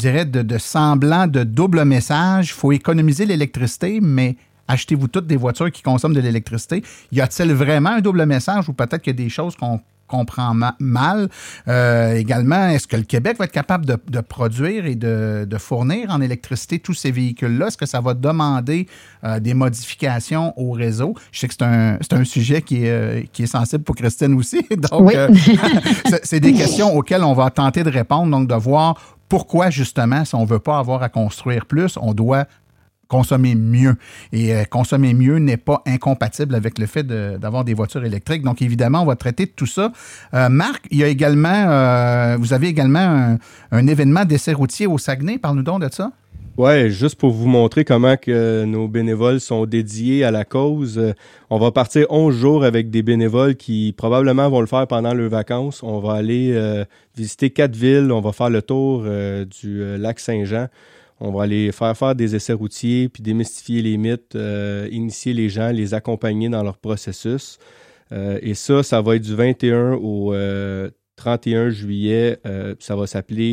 semblant de double message, il faut économiser l'électricité, mais achetez-vous toutes des voitures qui consomment de l'électricité. Y a-t-il vraiment un double message, ou peut-être qu'il y a des choses qu'on comprend mal? Également, est-ce que le Québec va être capable de produire et de fournir en électricité tous ces véhicules-là? Est-ce que ça va demander des modifications au réseau? Je sais que c'est un sujet qui est sensible pour Christine aussi. Donc, c'est des questions auxquelles on va tenter de répondre, donc de voir pourquoi, justement, si on ne veut pas avoir à construire plus, on doit consommer mieux. Et consommer mieux n'est pas incompatible avec le fait d'avoir des voitures électriques. Donc, évidemment, on va traiter de tout ça. Marc, il y a également, vous avez également un événement d'essai routier au Saguenay. Parle-nous donc de ça. Ouais, juste pour vous montrer comment que nos bénévoles sont dédiés à la cause. On va partir 11 jours avec des bénévoles qui probablement vont le faire pendant leurs vacances. On va aller visiter 4 villes. On va faire le tour du lac Saint-Jean. On va aller faire des essais routiers, puis démystifier les mythes, initier les gens, les accompagner dans leur processus. Et ça va être du 21 au 31 juillet. Ça va s'appeler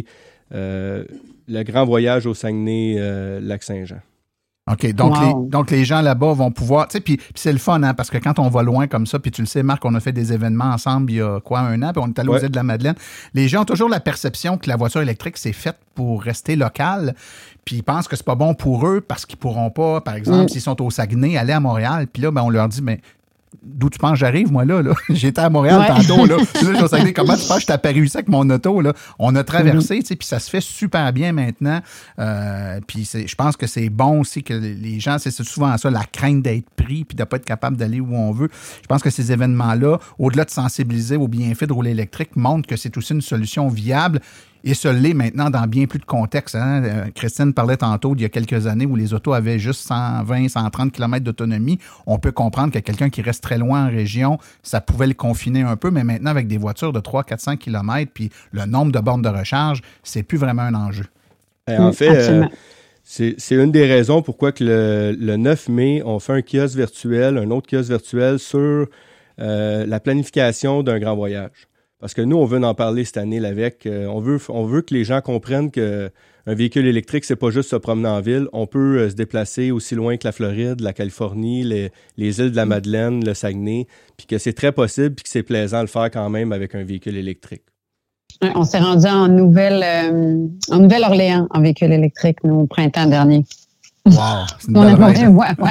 le grand voyage au Saguenay, Lac-Saint-Jean. OK, donc les gens là-bas vont pouvoir... Tu sais, puis c'est le fun, hein, parce que quand on va loin comme ça, puis tu le sais, Marc, on a fait des événements ensemble il y a 1 an, puis on est allé aux îles de la Madeleine. Les gens ont toujours la perception que la voiture électrique, c'est faite pour rester locale, puis ils pensent que c'est pas bon pour eux parce qu'ils pourront pas, par exemple, s'ils sont au Saguenay, aller à Montréal, puis là, on leur dit, mais... D'où tu penses que j'arrive, moi, là? J'étais à Montréal tantôt, là. Là, je me suis dit, comment tu penses que je t'ai apparu ici avec mon auto, là? On a traversé, tu sais, puis ça se fait super bien maintenant. Puis je pense que c'est bon aussi que les gens, c'est souvent ça, la crainte d'être pris puis de ne pas être capable d'aller où on veut. Je pense que ces événements-là, au-delà de sensibiliser aux bienfaits de rouler électrique, montrent que c'est aussi une solution viable. Et ce l'est maintenant dans bien plus de contextes. Hein? Christine parlait tantôt d'il y a quelques années où les autos avaient juste 120, 130 km d'autonomie. On peut comprendre que quelqu'un qui reste très loin en région, ça pouvait le confiner un peu, mais maintenant, avec des voitures de 300-400 km, puis le nombre de bornes de recharge, c'est plus vraiment un enjeu. En fait, c'est une des raisons pourquoi que le 9 mai, on fait un autre kiosque virtuel sur la planification d'un grand voyage. Parce que nous, on veut en parler cette année l'AVEC. On veut que les gens comprennent qu'un véhicule électrique, c'est pas juste se promener en ville. On peut se déplacer aussi loin que la Floride, la Californie, les îles de la Madeleine, le Saguenay, puis que c'est très possible puis que c'est plaisant de le faire quand même avec un véhicule électrique. On s'est rendu en Nouvelle-Orléans en véhicule électrique, nous, au printemps dernier. Wow! C'est une belle ride.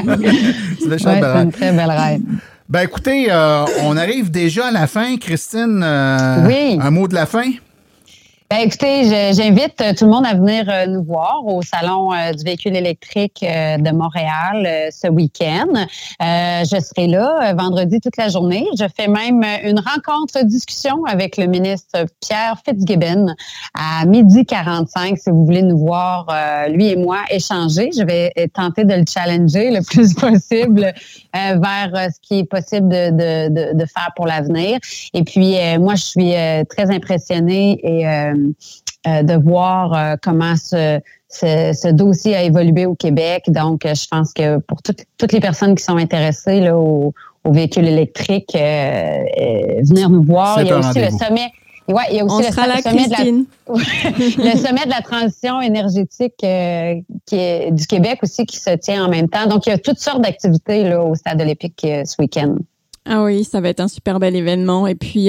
C'est une très belle ride. Ben écoutez, on arrive déjà à la fin. Christine, oui. Un mot de la fin? Ben écoutez, j'invite tout le monde à venir nous voir au Salon du véhicule électrique de Montréal ce week-end. Je serai là vendredi toute la journée. Je fais même une rencontre-discussion avec le ministre Pierre Fitzgibbon à 12h45. Si vous voulez nous voir, lui et moi, échanger, je vais tenter de le challenger le plus possible vers ce qui est possible de faire pour l'avenir. Et puis, moi, je suis très impressionnée et de voir comment ce dossier a évolué au Québec. Donc, je pense que pour toutes les personnes qui sont intéressées là, au véhicule électrique, venir nous voir. Il y a aussi le sommet. Ouais, il y a aussi le sommet de la transition énergétique du Québec aussi qui se tient en même temps. Donc, il y a toutes sortes d'activités là, au Stade olympique ce week-end. Ah oui, ça va être un super bel événement. Et puis,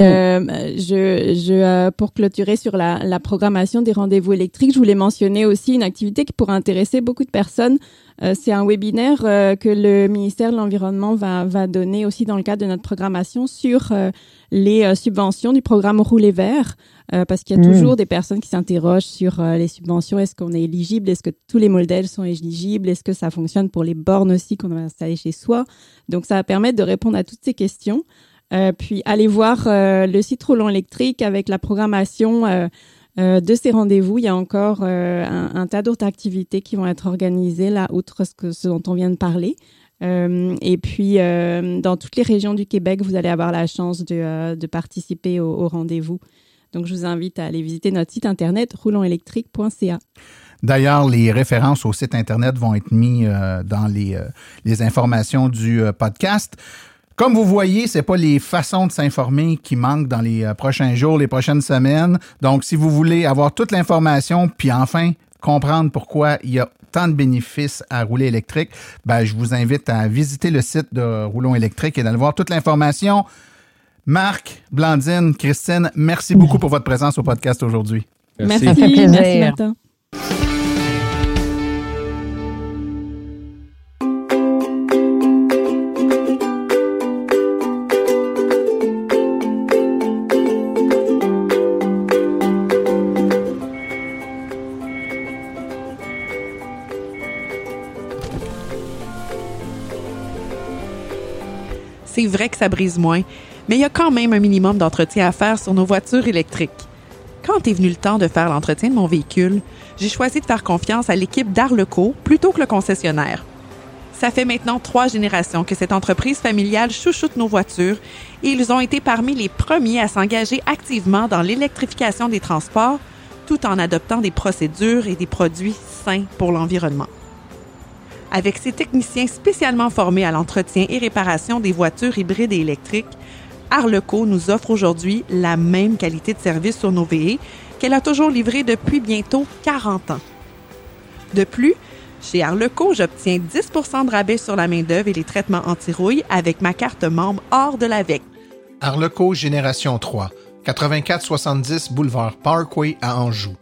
pour clôturer sur la programmation des rendez-vous électriques, je voulais mentionner aussi une activité qui pourrait intéresser beaucoup de personnes. C'est un webinaire que le ministère de l'Environnement va donner aussi dans le cadre de notre programmation sur les subventions du programme Rouler vert, parce qu'il y a toujours des personnes qui s'interrogent sur les subventions. Est-ce qu'on est éligible? Est-ce que tous les modèles sont éligibles? Est-ce que ça fonctionne pour les bornes aussi qu'on va installer chez soi? Donc, ça va permettre de répondre à toutes ces questions. Puis, allez voir le site Roulons électrique avec la programmation de ces rendez-vous. Il y a encore un tas d'autres activités qui vont être organisées là, outre ce dont on vient de parler. Et puis, dans toutes les régions du Québec, vous allez avoir la chance de participer au rendez-vous. Donc, je vous invite à aller visiter notre site internet roulonsélectrique.ca. D'ailleurs, les références au site Internet vont être mises dans les informations du podcast. Comme vous voyez, c'est pas les façons de s'informer qui manquent dans les prochains jours, les prochaines semaines. Donc, si vous voulez avoir toute l'information, puis enfin comprendre pourquoi il y a tant de bénéfices à rouler électrique, ben, je vous invite à visiter le site de Roulons électrique et d'aller voir toute l'information. Marc, Blandine, Christine, merci beaucoup pour votre présence au podcast aujourd'hui. Merci. Ça fait plaisir. Merci, Nathan. C'est vrai que ça brise moins, mais il y a quand même un minimum d'entretien à faire sur nos voitures électriques. Quand est venu le temps de faire l'entretien de mon véhicule, j'ai choisi de faire confiance à l'équipe d'Arleco plutôt que le concessionnaire. Ça fait maintenant 3 générations que cette entreprise familiale chouchoute nos voitures et ils ont été parmi les premiers à s'engager activement dans l'électrification des transports tout en adoptant des procédures et des produits sains pour l'environnement. Avec ses techniciens spécialement formés à l'entretien et réparation des voitures hybrides et électriques, Arleco nous offre aujourd'hui la même qualité de service sur nos VE, qu'elle a toujours livré depuis bientôt 40 ans. De plus, chez Arleco, j'obtiens 10 % de rabais sur la main-d'œuvre et les traitements anti-rouille avec ma carte membre hors de l'AVEC. Arleco Génération 3, 8470 boulevard Parkway à Anjou.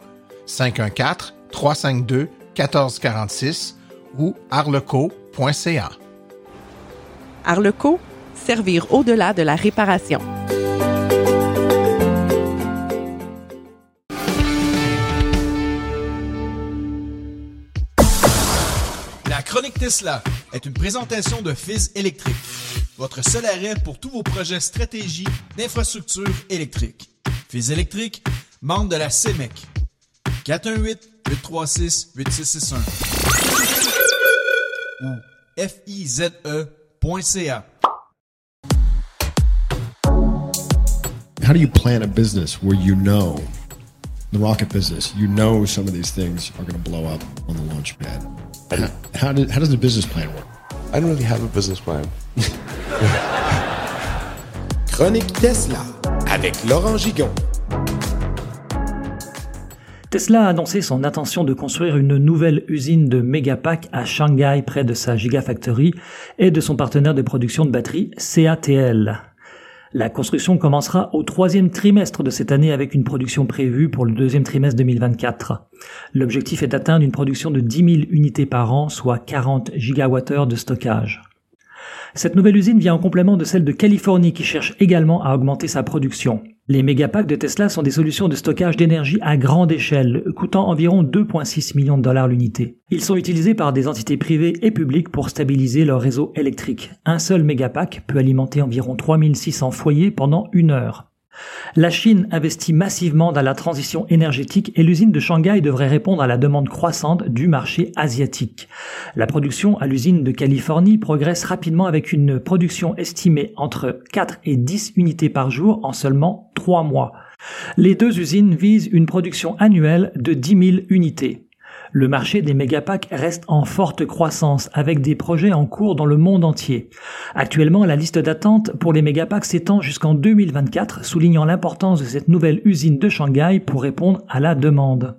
514-352-1446 ou arleco.ca. Arleco, servir au-delà de la réparation. La Chronique Tesla est une présentation de Fizz Électrique, votre seul arrêt pour tous vos projets stratégie d'infrastructure électrique. Fizz Électrique, membre de la CEMEC. 418-836-8661 ou fize.ca. How do you plan a business where you know, the rocket business, you know some of these things are going to blow up on the launch pad? How does the business plan work? I don't really have a business plan. Chronique Tesla avec Laurent Gigon. Tesla a annoncé son intention de construire une nouvelle usine de Megapack à Shanghai près de sa Gigafactory et de son partenaire de production de batteries CATL. La construction commencera au 3e trimestre de cette année avec une production prévue pour le 2e trimestre 2024. L'objectif est d'atteindre une production de 10 000 unités par an, soit 40 gigawattheures de stockage. Cette nouvelle usine vient en complément de celle de Californie qui cherche également à augmenter sa production. Les mégapacks de Tesla sont des solutions de stockage d'énergie à grande échelle, coûtant environ 2,6 millions de dollars l'unité. Ils sont utilisés par des entités privées et publiques pour stabiliser leur réseau électrique. Un seul mégapack peut alimenter environ 3600 foyers pendant 1 heure. La Chine investit massivement dans la transition énergétique et l'usine de Shanghai devrait répondre à la demande croissante du marché asiatique. La production à l'usine de Californie progresse rapidement avec une production estimée entre 4 et 10 unités par jour en seulement 3 mois. Les deux usines visent une production annuelle de 10 000 unités. Le marché des mégapacks reste en forte croissance avec des projets en cours dans le monde entier. Actuellement, la liste d'attente pour les mégapacks s'étend jusqu'en 2024, soulignant l'importance de cette nouvelle usine de Shanghai pour répondre à la demande.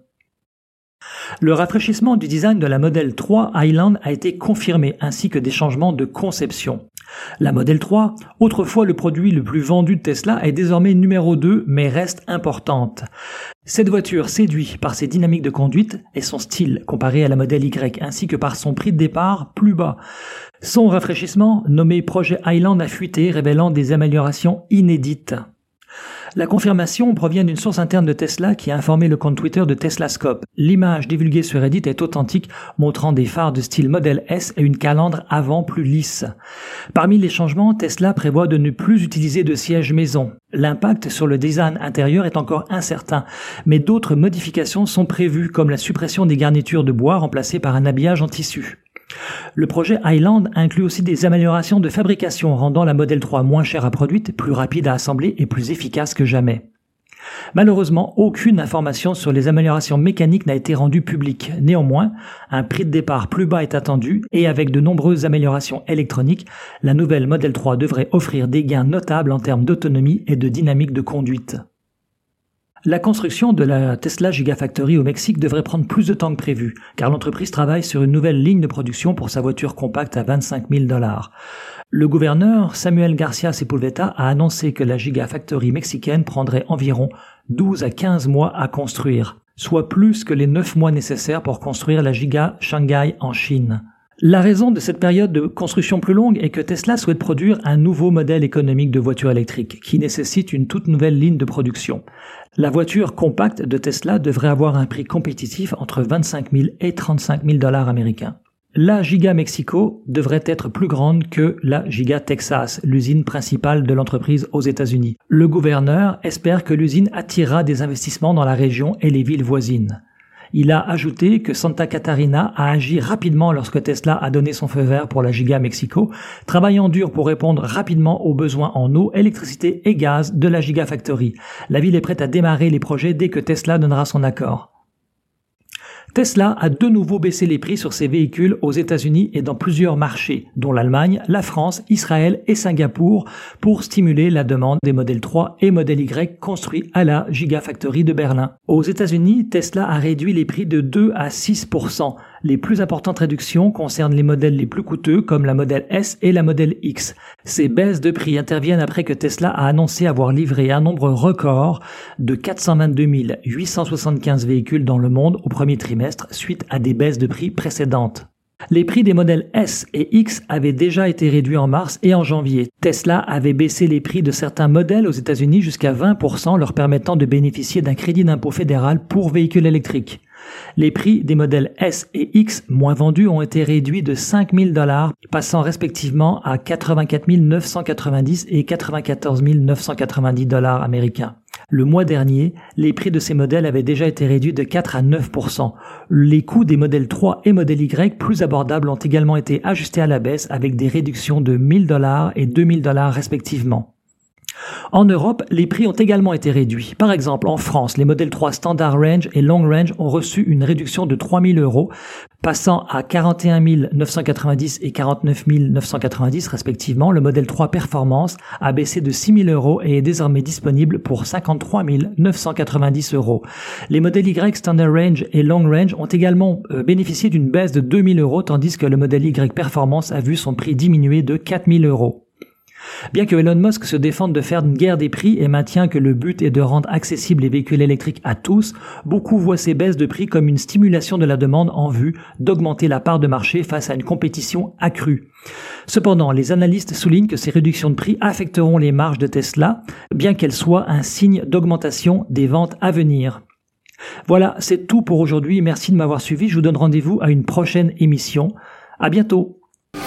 Le rafraîchissement du design de la Model 3 Highland a été confirmé, ainsi que des changements de conception. La Model 3, autrefois le produit le plus vendu de Tesla, est désormais numéro 2, mais reste importante. Cette voiture séduit par ses dynamiques de conduite et son style comparé à la Model Y, ainsi que par son prix de départ plus bas. Son rafraîchissement, nommé projet Highland, a fuité, révélant des améliorations inédites. La confirmation provient d'une source interne de Tesla qui a informé le compte Twitter de Teslascope. L'image divulguée sur Reddit est authentique, montrant des phares de style Model S et une calandre avant plus lisse. Parmi les changements, Tesla prévoit de ne plus utiliser de siège maison. L'impact sur le design intérieur est encore incertain, mais d'autres modifications sont prévues, comme la suppression des garnitures de bois remplacées par un habillage en tissu. Le projet Highland inclut aussi des améliorations de fabrication rendant la Model 3 moins chère à produire, plus rapide à assembler et plus efficace que jamais. Malheureusement, aucune information sur les améliorations mécaniques n'a été rendue publique. Néanmoins, un prix de départ plus bas est attendu et avec de nombreuses améliorations électroniques, la nouvelle Model 3 devrait offrir des gains notables en termes d'autonomie et de dynamique de conduite. La construction de la Tesla Gigafactory au Mexique devrait prendre plus de temps que prévu, car l'entreprise travaille sur une nouvelle ligne de production pour sa voiture compacte à 25 000 $. Le gouverneur Samuel Garcia Sepulveda a annoncé que la Gigafactory mexicaine prendrait environ 12 à 15 mois à construire, soit plus que les 9 mois nécessaires pour construire la Giga Shanghai en Chine. La raison de cette période de construction plus longue est que Tesla souhaite produire un nouveau modèle économique de voiture électrique qui nécessite une toute nouvelle ligne de production. La voiture compacte de Tesla devrait avoir un prix compétitif entre 25 000 et 35 000 $ américains. La Giga Mexico devrait être plus grande que la Giga Texas, l'usine principale de l'entreprise aux États-Unis. Le gouverneur espère que l'usine attirera des investissements dans la région et les villes voisines. Il a ajouté que Santa Catarina a agi rapidement lorsque Tesla a donné son feu vert pour la Giga Mexico, travaillant dur pour répondre rapidement aux besoins en eau, électricité et gaz de la Gigafactory. La ville est prête à démarrer les projets dès que Tesla donnera son accord. Tesla a de nouveau baissé les prix sur ses véhicules aux États-Unis et dans plusieurs marchés, dont l'Allemagne, la France, Israël et Singapour, pour stimuler la demande des modèles 3 et modèle Y construits à la Gigafactory de Berlin. Aux États-Unis, Tesla a réduit les prix de 2 à 6%. Les plus importantes réductions concernent les modèles les plus coûteux comme la modèle S et la modèle X. Ces baisses de prix interviennent après que Tesla a annoncé avoir livré un nombre record de 422 875 véhicules dans le monde au premier trimestre suite à des baisses de prix précédentes. Les prix des modèles S et X avaient déjà été réduits en mars et en janvier. Tesla avait baissé les prix de certains modèles aux États-Unis jusqu'à 20%, leur permettant de bénéficier d'un crédit d'impôt fédéral pour véhicules électriques. Les prix des modèles S et X moins vendus ont été réduits de $5 000, passant respectivement à 84 990 et 94 990 $ américains. Le mois dernier, les prix de ces modèles avaient déjà été réduits de 4 à 9%. Les coûts des modèles 3 et modèle Y plus abordables ont également été ajustés à la baisse avec des réductions de $1 000 et $2 000 respectivement. En Europe, les prix ont également été réduits. Par exemple, en France, les modèles 3 Standard Range et Long Range ont reçu une réduction de 3 000 €, passant à 41 990 et 49 990 respectivement. Le modèle 3 Performance a baissé de 6 000 € et est désormais disponible pour 53 990 €. Les modèles Y Standard Range et Long Range ont également bénéficié d'une baisse de 2 000 €, tandis que le modèle Y Performance a vu son prix diminuer de 4 000 €. Bien que Elon Musk se défende de faire une guerre des prix et maintient que le but est de rendre accessibles les véhicules électriques à tous, beaucoup voient ces baisses de prix comme une stimulation de la demande en vue d'augmenter la part de marché face à une compétition accrue. Cependant, les analystes soulignent que ces réductions de prix affecteront les marges de Tesla, bien qu'elles soient un signe d'augmentation des ventes à venir. Voilà, c'est tout pour aujourd'hui. Merci de m'avoir suivi. Je vous donne rendez-vous à une prochaine émission. À bientôt.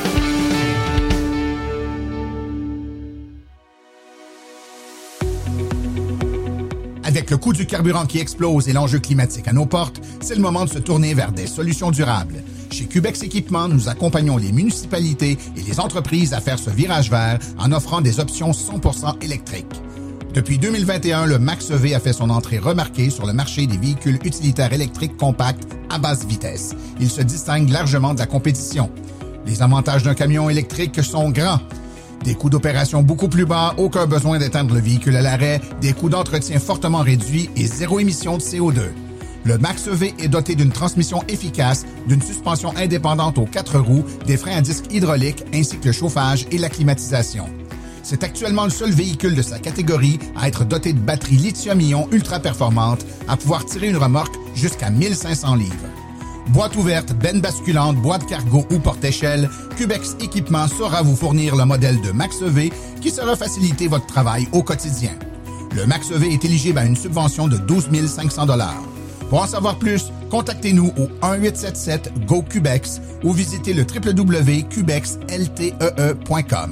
Avec le coût du carburant qui explose et l'enjeu climatique à nos portes, c'est le moment de se tourner vers des solutions durables. Chez Cubex Équipement, nous accompagnons les municipalités et les entreprises à faire ce virage vert en offrant des options 100% électriques. Depuis 2021, le Max-EV a fait son entrée remarquée sur le marché des véhicules utilitaires électriques compacts à basse vitesse. Il se distingue largement de la compétition. Les avantages d'un camion électrique sont grands. Des coûts d'opération beaucoup plus bas, aucun besoin d'éteindre le véhicule à l'arrêt, des coûts d'entretien fortement réduits et zéro émission de CO2. Le Max-EV est doté d'une transmission efficace, d'une suspension indépendante aux 4 roues, des freins à disque hydrauliques ainsi que le chauffage et la climatisation. C'est actuellement le seul véhicule de sa catégorie à être doté de batteries lithium-ion ultra performantes à pouvoir tirer une remorque jusqu'à 1500 livres. Boîte ouverte, benne basculante, boîte cargo ou porte-échelle, Cubex Équipement saura vous fournir le modèle de Max-EV qui saura faciliter votre travail au quotidien. Le Max-EV est éligible à une subvention de 12 500 $. Pour en savoir plus, contactez-nous au 1-877-GO-CUBEX ou visitez le www.cubexltee.com.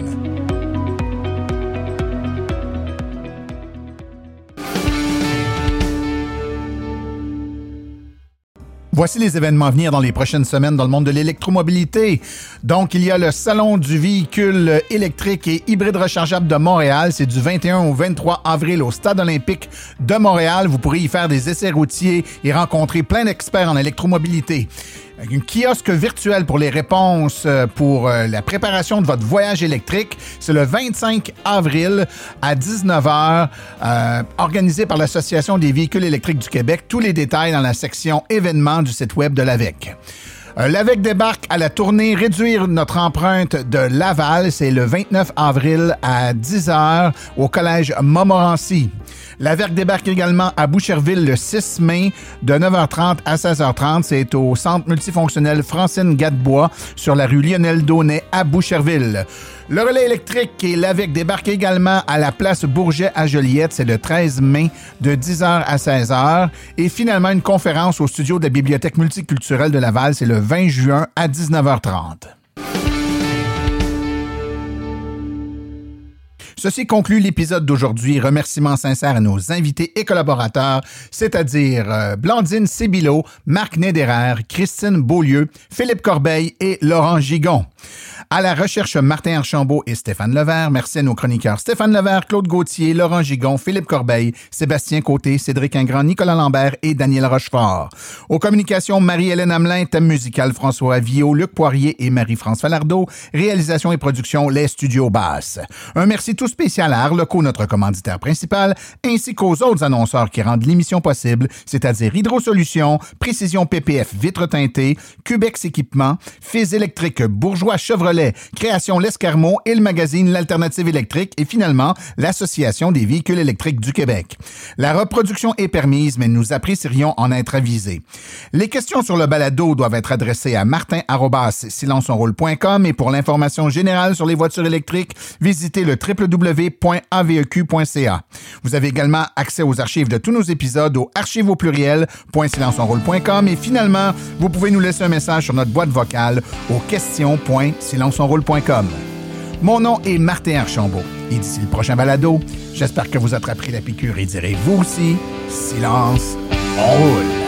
Voici les événements à venir dans les prochaines semaines dans le monde de l'électromobilité. Donc, il y a le Salon du véhicule électrique et hybride rechargeable de Montréal. C'est du 21 au 23 avril au Stade olympique de Montréal. Vous pourrez y faire des essais routiers et rencontrer plein d'experts en électromobilité. Un kiosque virtuel pour les réponses pour la préparation de votre voyage électrique. C'est le 25 avril à 19h, organisé par l'Association des véhicules électriques du Québec. Tous les détails dans la section événements du site web de l'AVEQ. L'AVEQ débarque à la tournée Réduire notre empreinte de Laval. C'est le 29 avril à 10h au Collège Montmorency. L'AVEQ débarque également à Boucherville le 6 mai de 9h30 à 16h30. C'est au Centre multifonctionnel Francine Gadebois sur la rue Lionel-Daunet à Boucherville. Le relais électrique et l'AVEQ débarque également à la place Bourget à Joliette. C'est le 13 mai de 10h à 16h. Et finalement, une conférence au studio de la Bibliothèque multiculturelle de Laval. C'est le 20 juin à 19h30. Ceci conclut l'épisode d'aujourd'hui. Remerciements sincères à nos invités et collaborateurs, c'est-à-dire Blandine Sébilo, Marc Néderer, Christine Beaulieu, Philippe Corbeil et Laurent Gigon. À la recherche, Martin Archambault et Stéphane Levert. Merci à nos chroniqueurs Stéphane Levert, Claude Gauthier, Laurent Gigon, Philippe Corbeil, Sébastien Côté, Cédric Ingrand, Nicolas Lambert et Daniel Rochefort. Aux communications, Marie-Hélène Hamelin, thème musical François Villot, Luc Poirier et Marie-France Falardeau. Réalisation et production, les studios Basses. Un merci tout spécial à Arleco, notre commanditaire principal, ainsi qu'aux autres annonceurs qui rendent l'émission possible, c'est-à-dire Hydro-Solutions, Précision PPF Vitres teintées, Cubex Équipement, Fils électrique Bourgeois Chevrolet, Création L'Escarmot et le magazine L'Alternative électrique et finalement l'Association des véhicules électriques du Québec. La reproduction est permise, mais nous apprécierions en être avisés. Les questions sur le balado doivent être adressées à martin@silenceonroule.com et pour l'information générale sur les voitures électriques, visitez le www.aveq.ca. Vous avez également accès aux archives de tous nos épisodes au archives.silenceonroule.com et finalement, vous pouvez nous laisser un message sur notre boîte vocale au questions.silenceonroule.com. Mon nom est Martin Archambault et d'ici le prochain balado, j'espère que vous attraperez la piqûre et direz vous aussi, silence, on roule.